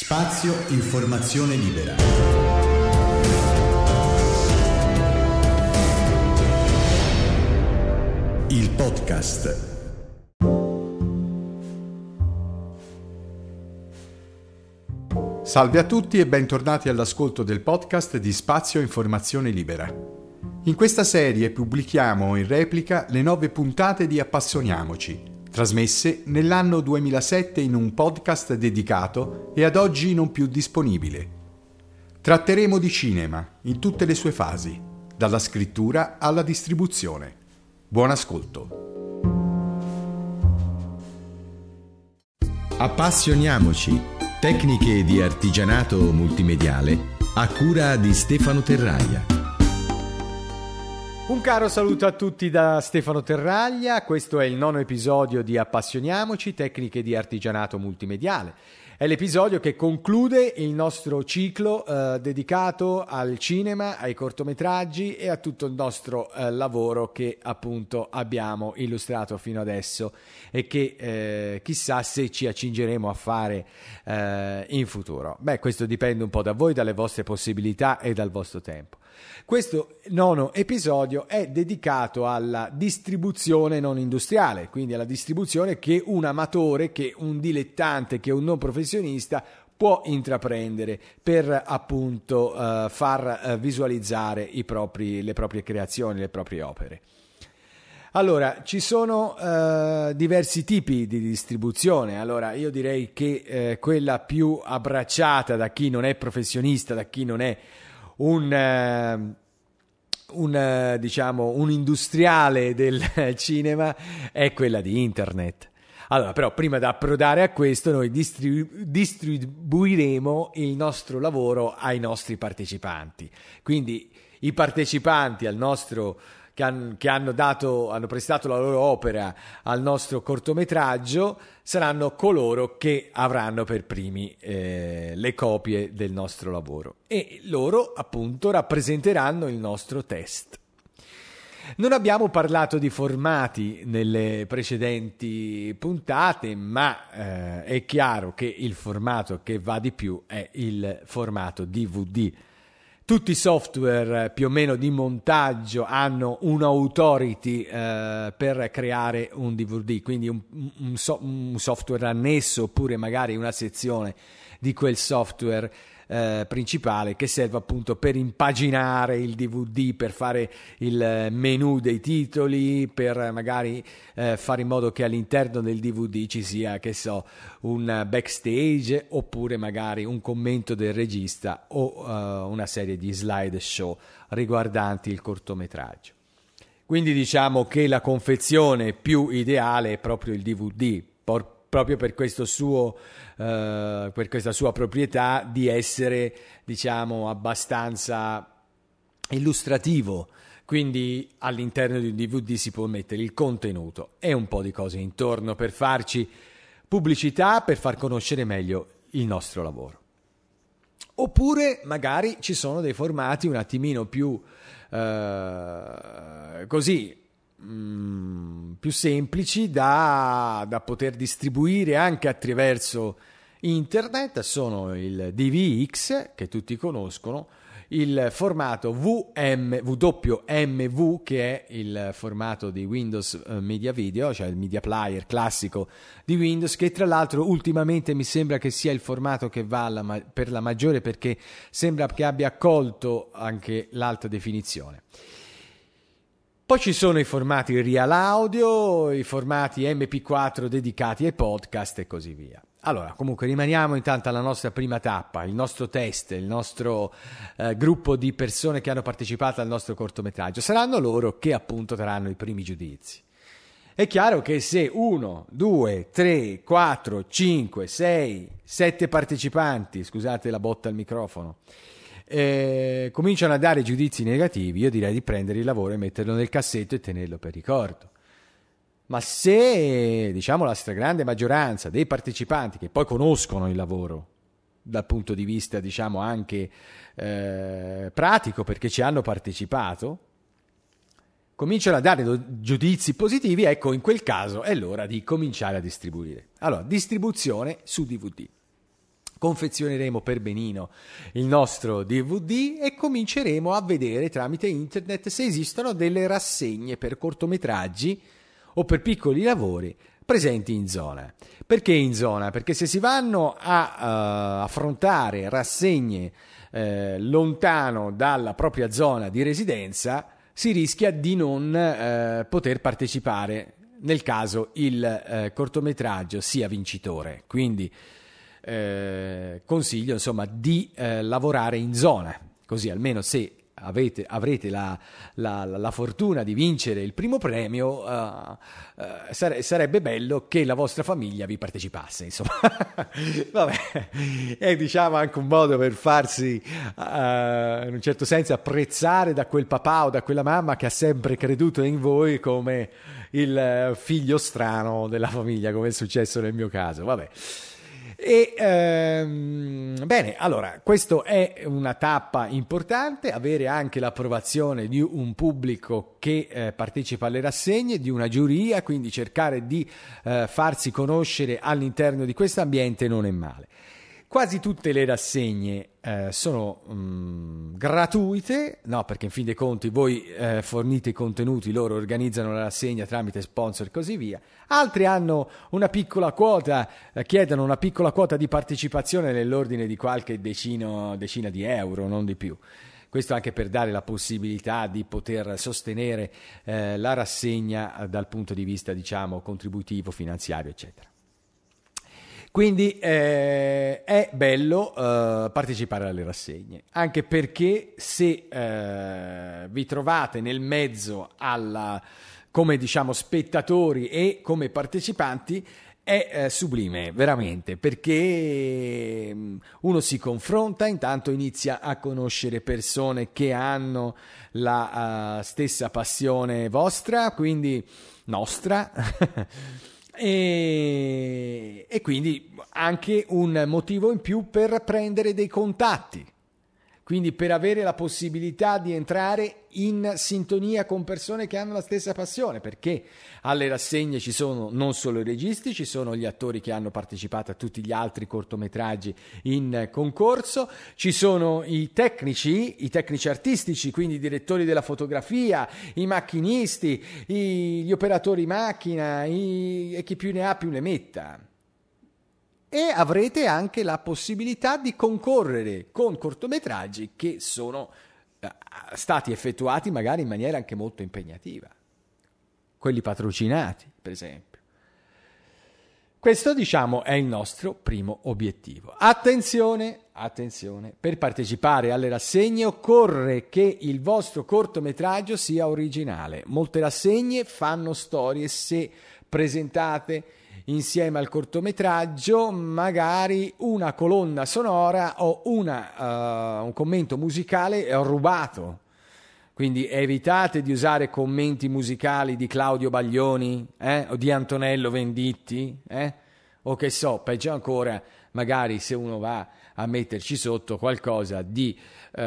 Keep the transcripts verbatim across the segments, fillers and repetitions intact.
Spazio Informazione Libera. Il podcast. Salve a tutti e bentornati all'ascolto del podcast di Spazio Informazione Libera. In questa serie pubblichiamo in replica le nove puntate di Appassioniamoci, trasmesse nell'anno duemilasette in un podcast dedicato e ad oggi non più disponibile. Tratteremo di cinema in tutte le sue fasi, dalla scrittura alla distribuzione. Buon ascolto. Appassioniamoci, tecniche di artigianato multimediale a cura di Stefano Terraglia. Un caro saluto a tutti da Stefano Terraglia, questo è il nono episodio di Appassioniamoci, tecniche di artigianato multimediale. È l'episodio che conclude il nostro ciclo eh, dedicato al cinema, ai cortometraggi e a tutto il nostro eh, lavoro che appunto abbiamo illustrato fino adesso e che eh, chissà se ci accingeremo a fare eh, in futuro. Beh, questo dipende un po' da voi, dalle vostre possibilità e dal vostro tempo. Questo nono episodio è dedicato alla distribuzione non industriale, quindi alla distribuzione che un amatore, che un dilettante, che un non professionista può intraprendere per appunto uh, far uh, visualizzare i propri, le proprie creazioni, le proprie opere. Allora, ci sono uh, diversi tipi di distribuzione. Allora, io direi che eh, quella più abbracciata da chi non è professionista, da chi non è un, uh, un uh, diciamo un industriale del cinema, è quella di internet. Allora, però, prima di approdare a questo, noi distribu- distribuiremo il nostro lavoro ai nostri partecipanti. Quindi i partecipanti al nostro che, han, che hanno dato, hanno prestato la loro opera al nostro cortometraggio saranno coloro che avranno per primi eh, le copie del nostro lavoro e loro appunto rappresenteranno il nostro test. Non abbiamo parlato di formati nelle precedenti puntate, ma eh, è chiaro che il formato che va di più è il formato D V D. Tutti i software più o meno di montaggio hanno un'authority eh, per creare un D V D, quindi un, un, so, un software annesso oppure magari una sezione di quel software eh, principale che serve appunto per impaginare il D V D, per fare il menu dei titoli, per magari eh, fare in modo che all'interno del D V D ci sia, che so, un backstage oppure magari un commento del regista o uh, una serie di slideshow riguardanti il cortometraggio. Quindi diciamo che la confezione più ideale è proprio il D V D, por- proprio per questo suo uh, per questa sua proprietà di essere, diciamo, abbastanza illustrativo. Quindi all'interno di un D V D si può mettere il contenuto e un po' di cose intorno per farci pubblicità, per far conoscere meglio il nostro lavoro. Oppure magari ci sono dei formati un attimino più eh, così mh, più semplici da, da poter distribuire anche attraverso internet. Sono il D V X, che tutti conoscono, il formato V M W M V, che è il formato di Windows Media Video, cioè il media player classico di Windows, che tra l'altro ultimamente mi sembra che sia il formato che va alla ma- per la maggiore, perché sembra che abbia accolto anche l'alta definizione. Poi ci sono i formati Real Audio, i formati M P quattro dedicati ai podcast e così via. Allora, comunque rimaniamo intanto alla nostra prima tappa, il nostro test, il nostro eh, gruppo di persone che hanno partecipato al nostro cortometraggio. Saranno loro che appunto daranno i primi giudizi. È chiaro che se uno, due, tre, quattro, cinque, sei, sette partecipanti, scusate la botta al microfono, eh, cominciano a dare giudizi negativi, io direi di prendere il lavoro e metterlo nel cassetto e tenerlo per ricordo. Ma se, diciamo, la stragrande maggioranza dei partecipanti che poi conoscono il lavoro dal punto di vista, diciamo, anche eh, pratico, perché ci hanno partecipato, cominciano a dare giudizi positivi, ecco, in quel caso è l'ora di cominciare a distribuire. Allora, distribuzione su D V D. confezioneremo per benino il nostro D V D e cominceremo a vedere tramite internet se esistono delle rassegne per cortometraggi o per piccoli lavori presenti in zona. Perché in zona? Perché se si vanno a uh, affrontare rassegne uh, lontano dalla propria zona di residenza, si rischia di non uh, poter partecipare nel caso il uh, cortometraggio sia vincitore. Quindi uh, consiglio insomma di uh, lavorare in zona, così almeno se Avete, avrete la, la, la fortuna di vincere il primo premio, uh, uh, sare, sarebbe bello che la vostra famiglia vi partecipasse, insomma. Vabbè, è diciamo anche un modo per farsi uh, in un certo senso apprezzare da quel papà o da quella mamma che ha sempre creduto in voi come il figlio strano della famiglia, come è successo nel mio caso. Vabbè. E ehm, bene, allora questo è una tappa importante, avere anche l'approvazione di un pubblico che eh, partecipa alle rassegne, di una giuria, quindi cercare di eh, farsi conoscere all'interno di questo ambiente non è male. Quasi tutte le rassegne eh, sono mh, gratuite, no, perché in fin dei conti voi eh, fornite i contenuti, loro organizzano la rassegna tramite sponsor e così via. Altri hanno una piccola quota, eh, chiedono una piccola quota di partecipazione nell'ordine di qualche decino, decina di euro, non di più. Questo anche per dare la possibilità di poter sostenere eh, la rassegna dal punto di vista, diciamo, contributivo, finanziario, eccetera. Quindi eh, è bello eh, partecipare alle rassegne, anche perché se eh, vi trovate nel mezzo alla, come diciamo spettatori e come partecipanti, è eh, sublime, veramente, perché uno si confronta, intanto inizia a conoscere persone che hanno la uh, stessa passione vostra, quindi nostra, E, e quindi anche un motivo in più per prendere dei contatti, quindi per avere la possibilità di entrare in sintonia con persone che hanno la stessa passione, perché alle rassegne ci sono non solo i registi, ci sono gli attori che hanno partecipato a tutti gli altri cortometraggi in concorso, ci sono i tecnici, i tecnici artistici, quindi i direttori della fotografia, i macchinisti, i, gli operatori macchina i, e chi più ne ha più ne metta. E avrete anche la possibilità di concorrere con cortometraggi che sono eh, stati effettuati magari in maniera anche molto impegnativa, quelli patrocinati per esempio. Questo diciamo è il nostro primo obiettivo. Attenzione, attenzione, per partecipare alle rassegne occorre che il vostro cortometraggio sia originale. Molte rassegne fanno storie se presentate insieme al cortometraggio magari una colonna sonora o una, uh, un commento musicale rubato, quindi evitate di usare commenti musicali di Claudio Baglioni eh? o di Antonello Venditti eh? o che so, peggio ancora magari se uno va a metterci sotto qualcosa di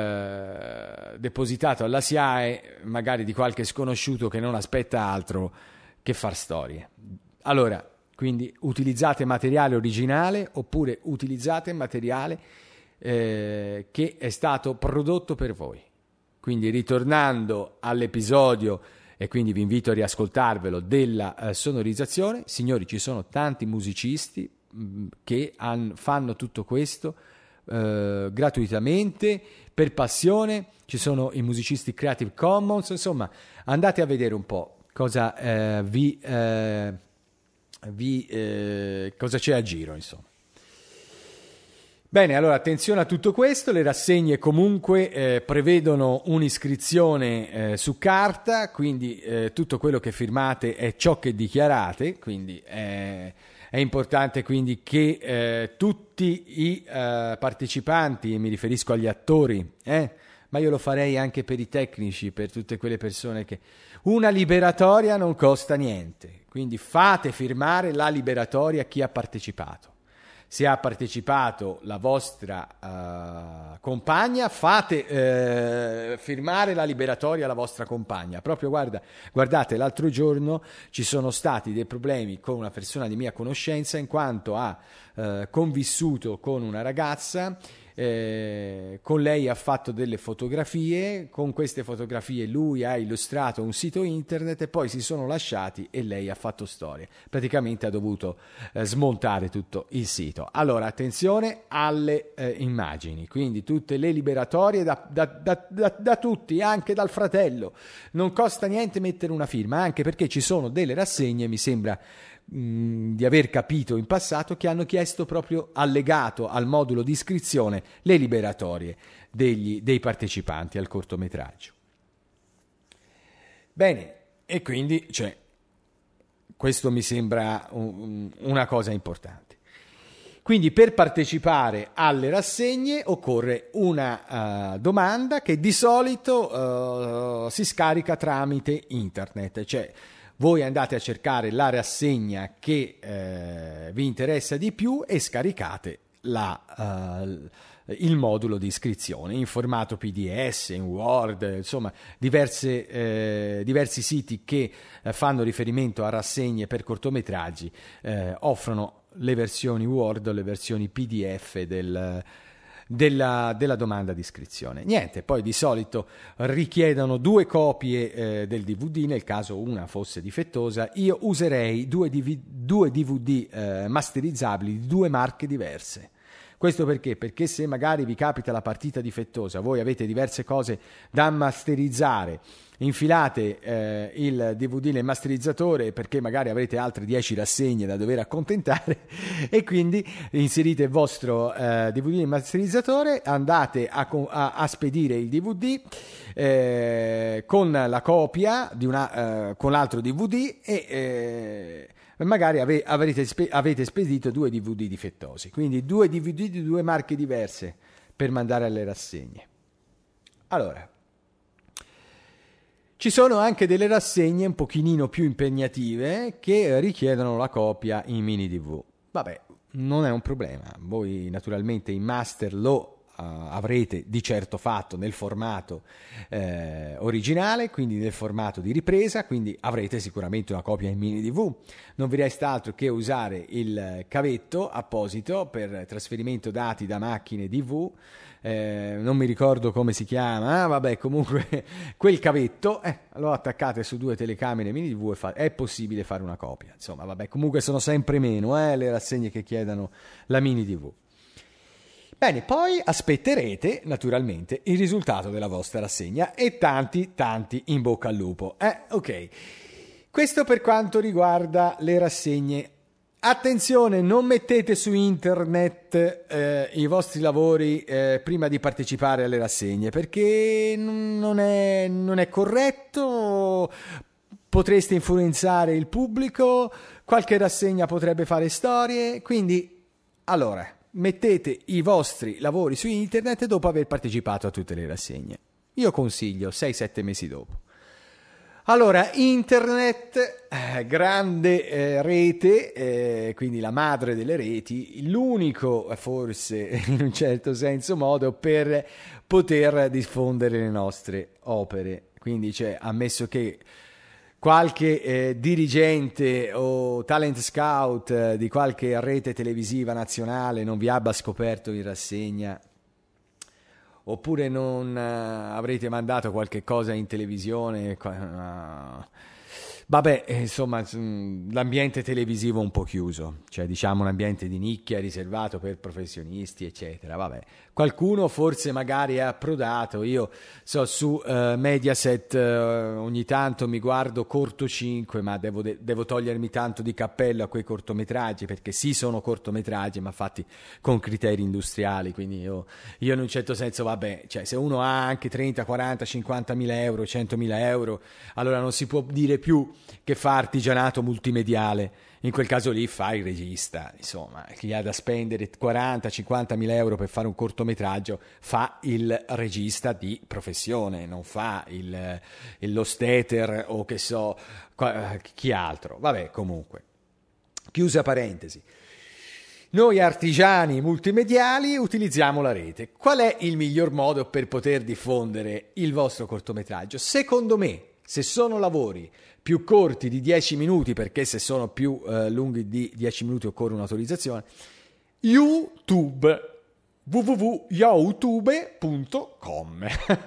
uh, depositato alla S I A E, magari di qualche sconosciuto che non aspetta altro che far storie. Allora, quindi utilizzate materiale originale oppure utilizzate materiale eh, che è stato prodotto per voi. Quindi ritornando all'episodio, e quindi vi invito a riascoltarvelo, della eh, sonorizzazione, signori, ci sono tanti musicisti mh, che han, fanno tutto questo eh, gratuitamente, per passione, ci sono i musicisti Creative Commons, insomma andate a vedere un po' cosa eh, vi... Eh, Vi, eh, cosa c'è a giro, insomma. Bene, allora attenzione a tutto questo, le rassegne comunque eh, prevedono un'iscrizione eh, su carta, quindi eh, tutto quello che firmate è ciò che dichiarate, quindi eh, è importante quindi che eh, tutti i eh, partecipanti, mi riferisco agli attori, eh, ma io lo farei anche per i tecnici, per tutte quelle persone che... Una liberatoria non costa niente, quindi fate firmare la liberatoria a chi ha partecipato. se ha partecipato la vostra uh, compagna, fate uh, firmare la liberatoria alla vostra compagna. Proprio guarda, guardate, l'altro giorno ci sono stati dei problemi con una persona di mia conoscenza in quanto ha uh, convissuto con una ragazza. Eh, con lei ha fatto delle fotografie, con queste fotografie lui ha illustrato un sito internet e poi si sono lasciati e lei ha fatto storie, praticamente ha dovuto eh, smontare tutto il sito. Allora attenzione alle eh, immagini, quindi tutte le liberatorie da, da, da, da, da tutti, anche dal fratello, non costa niente mettere una firma, anche perché ci sono delle rassegne, mi sembra di aver capito in passato, che hanno chiesto proprio allegato al modulo di iscrizione le liberatorie degli, dei partecipanti al cortometraggio. Bene, e quindi cioè, questo mi sembra un, una cosa importante. Quindi per partecipare alle rassegne occorre una uh, domanda che di solito uh, si scarica tramite internet, cioè voi andate a cercare la rassegna che eh, vi interessa di più e scaricate la, uh, il modulo di iscrizione in formato P D S, in Word, insomma diverse, eh, diversi siti che eh, fanno riferimento a rassegne per cortometraggi eh, offrono le versioni Word o le versioni P D F del Della, della domanda di iscrizione. Niente, poi di solito richiedono due copie eh, del D V D nel caso una fosse difettosa. Io userei due D V D, due D V D eh, masterizzabili di due marche diverse. Questo perché? Perché se magari vi capita la partita difettosa, voi avete diverse cose da masterizzare, infilate eh, il D V D nel masterizzatore perché magari avrete altre dieci rassegne da dover accontentare e quindi inserite il vostro eh, D V D nel masterizzatore, andate a, a, a spedire il D V D eh, con la copia di una, eh, con l'altro D V D e eh, magari ave, avrete, spe, avete spedito due D V D difettosi, quindi due D V D di due marche diverse per mandare alle rassegne. Allora, ci sono anche delle rassegne un pochino più impegnative che richiedono la copia in mini D V. Vabbè, non è un problema. Voi naturalmente in master lo uh, avrete di certo fatto nel formato eh, originale, quindi nel formato di ripresa, quindi avrete sicuramente una copia in mini D V. Non vi resta altro che usare il cavetto apposito per trasferimento dati da macchine D V. Eh, non mi ricordo come si chiama, ah, vabbè, comunque quel cavetto eh, lo attaccate su due telecamere mini D V e fa- è possibile fare una copia. Insomma, vabbè, comunque sono sempre meno eh, le rassegne che chiedono la mini D V. Bene, poi aspetterete naturalmente il risultato della vostra rassegna e tanti tanti in bocca al lupo. Eh, ok. Questo per quanto riguarda le rassegne. Attenzione, non mettete su internet eh, i vostri lavori eh, prima di partecipare alle rassegne, perché non è, non è corretto, potreste influenzare il pubblico, qualche rassegna potrebbe fare storie, quindi allora mettete i vostri lavori su internet dopo aver partecipato a tutte le rassegne. Io consiglio sei sette mesi dopo. Allora, internet, eh, grande eh, rete, eh, quindi la madre delle reti, l'unico forse in un certo senso modo per poter diffondere le nostre opere. Quindi, cioè, ammesso che qualche eh, dirigente o talent scout eh, di qualche rete televisiva nazionale non vi abbia scoperto in rassegna, oppure non uh, avrete mandato qualche cosa in televisione, uh, vabbè, insomma, l'ambiente televisivo è un po' chiuso, cioè diciamo un ambiente di nicchia riservato per professionisti, eccetera. Vabbè, qualcuno forse magari è approdato. Io so su uh, Mediaset uh, ogni tanto mi guardo Corto cinque, ma devo, de- devo togliermi tanto di cappello a quei cortometraggi, perché sì, sono cortometraggi ma fatti con criteri industriali, quindi io, io in un certo senso, vabbè, cioè se uno ha anche trenta, quaranta, cinquanta mila euro, centomila euro, allora non si può dire più che fa artigianato multimediale. In quel caso lì fa il regista, insomma, chi ha da spendere quaranta cinquanta mila euro per fare un cortometraggio fa il regista di professione, non fa il, il l'osteter o che so chi altro. Vabbè, comunque, chiusa parentesi. Noi artigiani multimediali utilizziamo la rete. Qual è il miglior modo per poter diffondere il vostro cortometraggio? Secondo me, se sono lavori più corti di dieci minuti, perché se sono più eh, lunghi di dieci minuti occorre un'autorizzazione, YouTube. w w w punto youtube punto com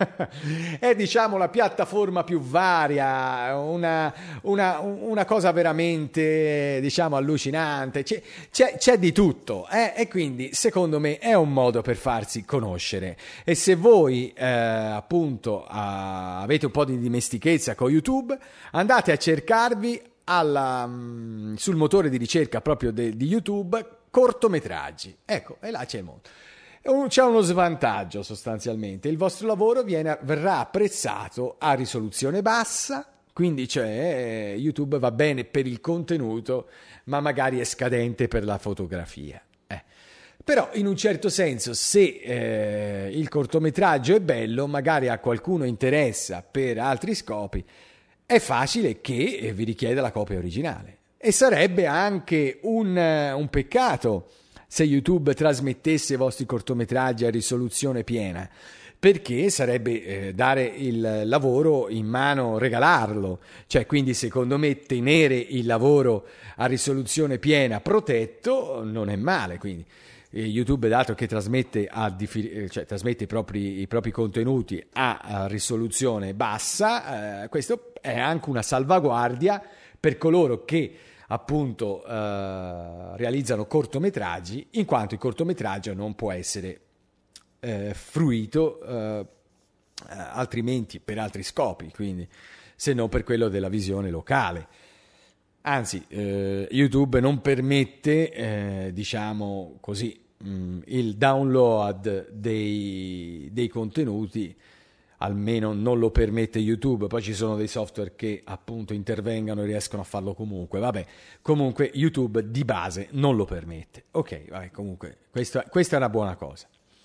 è diciamo la piattaforma più varia, una, una, una cosa veramente diciamo allucinante, c'è, c'è, c'è di tutto eh? E quindi secondo me è un modo per farsi conoscere. E se voi eh, appunto a, avete un po' di dimestichezza con YouTube, andate a cercarvi alla, mh, sul motore di ricerca proprio de, di YouTube cortometraggi, ecco, e là c'è il mondo. C'è uno svantaggio sostanzialmente: il vostro lavoro viene, verrà apprezzato a risoluzione bassa, quindi cioè YouTube va bene per il contenuto ma magari è scadente per la fotografia. Eh. Però in un certo senso, se eh, il cortometraggio è bello, magari a qualcuno interessa per altri scopi, è facile che vi richieda la copia originale. E sarebbe anche un, un peccato se YouTube trasmettesse i vostri cortometraggi a risoluzione piena, perché sarebbe eh, dare il lavoro in mano, regalarlo. Cioè, quindi secondo me tenere il lavoro a risoluzione piena protetto non è male. Quindi eh, YouTube, dato che trasmette, a difi- cioè, trasmette i, propri, i propri contenuti a, a risoluzione bassa, eh, questo è anche una salvaguardia per coloro che appunto eh, realizzano cortometraggi, in quanto il cortometraggio non può essere eh, fruito eh, altrimenti per altri scopi, quindi se non per quello della visione locale. Anzi, eh, YouTube non permette, eh, diciamo così, mh, il download dei, dei contenuti, almeno non lo permette YouTube. Poi ci sono dei software che appunto intervengano e riescono a farlo comunque. Vabbè, comunque YouTube di base non lo permette. Ok, vabbè, comunque questo, questa è una buona cosa.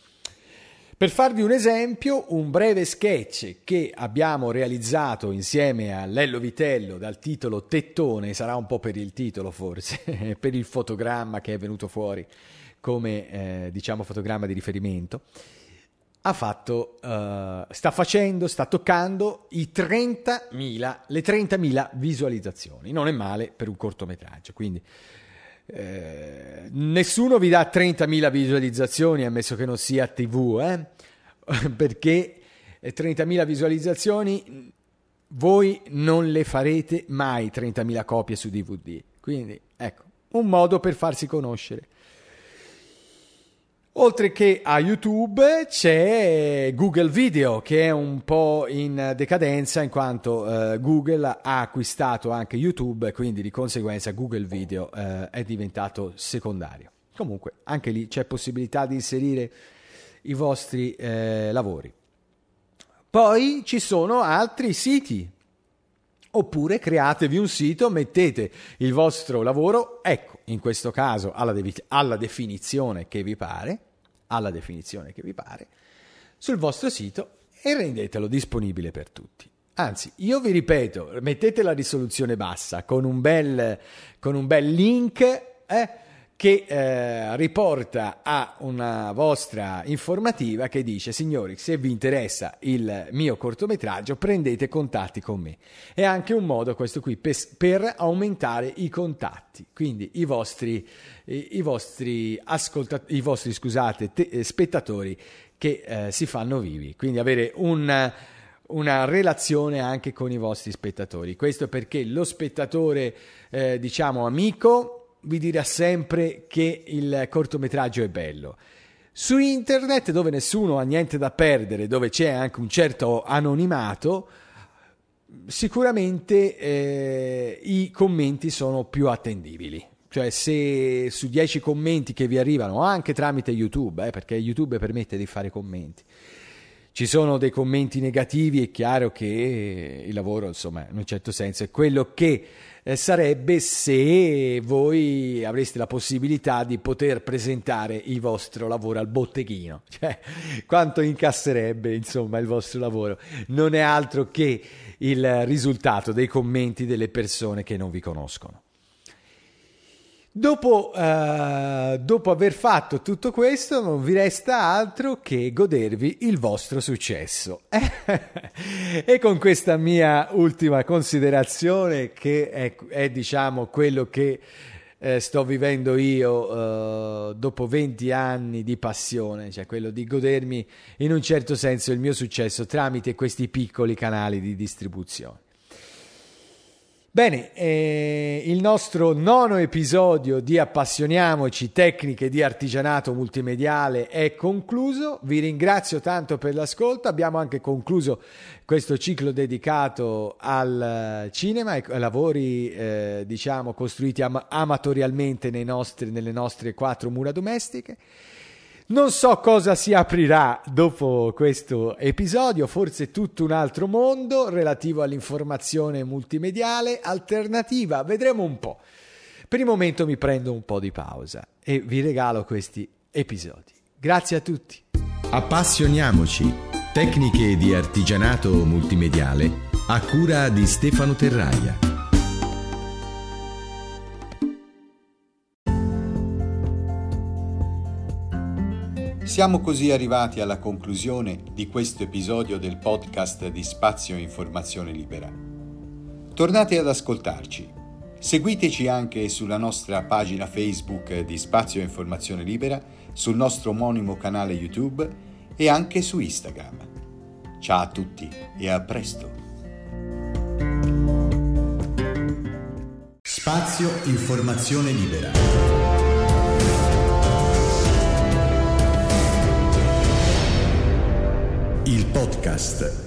Per farvi un esempio, un breve sketch che abbiamo realizzato insieme a Lello Vitello dal titolo Tettone, sarà un po' per il titolo forse, per il fotogramma che è venuto fuori come eh, diciamo fotogramma di riferimento. Ha fatto, uh, sta facendo, sta toccando i trentamila, le trentamila visualizzazioni. Non è male per un cortometraggio, quindi eh, nessuno vi dà trentamila visualizzazioni, ammesso che non sia tivù, eh? Perché trentamila visualizzazioni voi non le farete mai, trentamila copie su D V D. Quindi ecco, un modo per farsi conoscere. Oltre che a YouTube c'è Google Video, che è un po' in decadenza in quanto eh, Google ha acquistato anche YouTube, quindi di conseguenza Google Video eh, è diventato secondario. Comunque anche lì c'è possibilità di inserire i vostri eh, lavori. Poi ci sono altri siti. Oppure createvi un sito, mettete il vostro lavoro, ecco, in questo caso alla, de- alla definizione che vi pare, alla definizione che vi pare, sul vostro sito e rendetelo disponibile per tutti. Anzi, io vi ripeto, mettete la risoluzione bassa con un bel, con un bel link eh, che eh, riporta a una vostra informativa che dice: signori, se vi interessa il mio cortometraggio prendete contatti con me. È anche un modo questo qui per, per aumentare i contatti, quindi i vostri i, i vostri ascoltatori, i vostri scusate te, spettatori che eh, si fanno vivi, quindi avere un una relazione anche con i vostri spettatori. Questo perché lo spettatore eh, diciamo amico vi dirà sempre che il cortometraggio è bello. Su internet, dove nessuno ha niente da perdere, dove c'è anche un certo anonimato, sicuramente eh, i commenti sono più attendibili. Cioè, se su dieci commenti che vi arrivano, anche tramite YouTube, eh, perché YouTube permette di fare commenti, ci sono dei commenti negativi, è chiaro che il lavoro, insomma, in un certo senso è quello che eh, sarebbe se voi avreste la possibilità di poter presentare il vostro lavoro al botteghino. Cioè, quanto incasserebbe, insomma, il vostro lavoro. Non è altro che il risultato dei commenti delle persone che non vi conoscono. Dopo, uh, dopo aver fatto tutto questo non vi resta altro che godervi il vostro successo. E con questa mia ultima considerazione, che è, è diciamo quello che eh, sto vivendo io uh, dopo venti anni di passione, cioè quello di godermi in un certo senso il mio successo tramite questi piccoli canali di distribuzione. Bene, eh, il nostro nono episodio di Appassioniamoci, tecniche di artigianato multimediale è concluso. Vi ringrazio tanto per l'ascolto. Abbiamo anche concluso questo ciclo dedicato al cinema e ai lavori eh, diciamo costruiti am- amatorialmente nei nostri, nelle nostre quattro mura domestiche. Non so cosa si aprirà dopo questo episodio, forse tutto un altro mondo relativo all'informazione multimediale alternativa, vedremo un po'. Per il momento mi prendo un po' di pausa e vi regalo questi episodi. Grazie a tutti. Appassioniamoci, tecniche di artigianato multimediale a cura di Stefano Terraia. Siamo così arrivati alla conclusione di questo episodio del podcast di Spazio Informazione Libera. Tornate ad ascoltarci. Seguiteci anche sulla nostra pagina Facebook di Spazio Informazione Libera, sul nostro omonimo canale YouTube e anche su Instagram. Ciao a tutti e a presto. Spazio Informazione Libera. Il podcast.